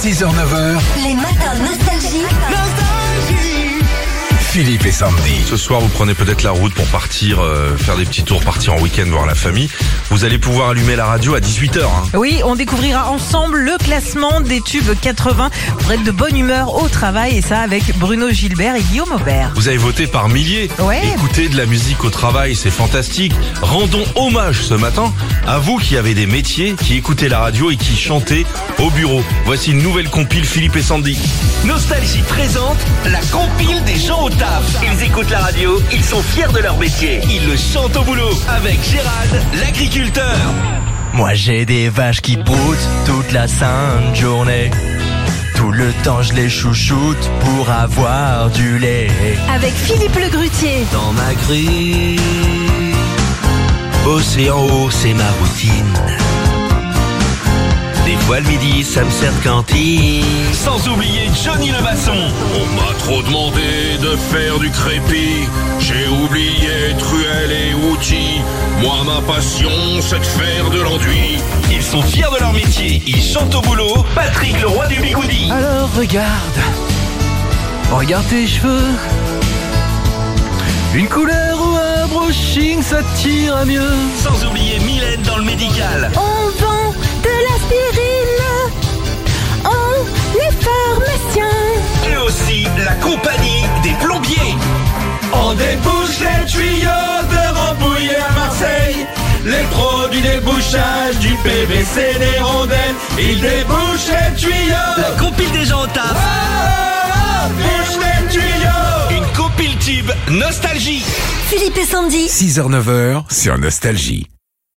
6h-9h, Les matins nostalgie. Philippe et Sandy. Ce soir, vous prenez peut-être la route pour partir, faire des petits tours, partir en week-end, voir la famille. Vous allez pouvoir allumer la radio à 18h. Oui, on découvrira ensemble le classement des tubes 80 pour être de bonne humeur au travail, et ça avec Bruno Gilbert et Guillaume Aubert. Vous avez voté par milliers. Ouais. Écoutez de la musique au travail, c'est fantastique. Rendons hommage ce matin à vous qui avez des métiers, qui écoutez la radio et qui chantez au bureau. Voici une nouvelle compile Philippe et Sandy. Nostalgie présente la compile des gens au taf. Ils écoutent la radio, ils sont fiers de leur métier. Ils le chantent au boulot avec Gérald, l'agriculteur. Moi j'ai des vaches qui broutent toute la sainte journée. Tout le temps je les chouchoute pour avoir du lait. Avec Philippe Le Grutier. Dans ma grille, bosser en haut c'est ma routine. Des fois le midi ça me sert de cantine. Sans oublier Johnny le maçon. On m'a trop demandé de faire du crépi. J'ai oublié truelle et outils. Moi ma passion c'est de faire de l'enduit. Ils sont fiers de leur métier, ils chantent au boulot. Patrick le roi du bigoudi. Alors regarde tes cheveux. Une couleur ou un brushing ça t'ira mieux. Sans oublier Mylène dans le médical. On vend de l'aspirine. On est pharmacien. Et aussi la compagnie des plombiers. On débouche les tuyaux de Rambouillet à Marseille. Les produits débouchage du PVC des rondelles. Ils débouchent les tuyaux. La compile des gens au taf. Bouche les tuyaux. Une compile tube nostalgie. Philippe et Sandy. 6h-9h sur Nostalgie.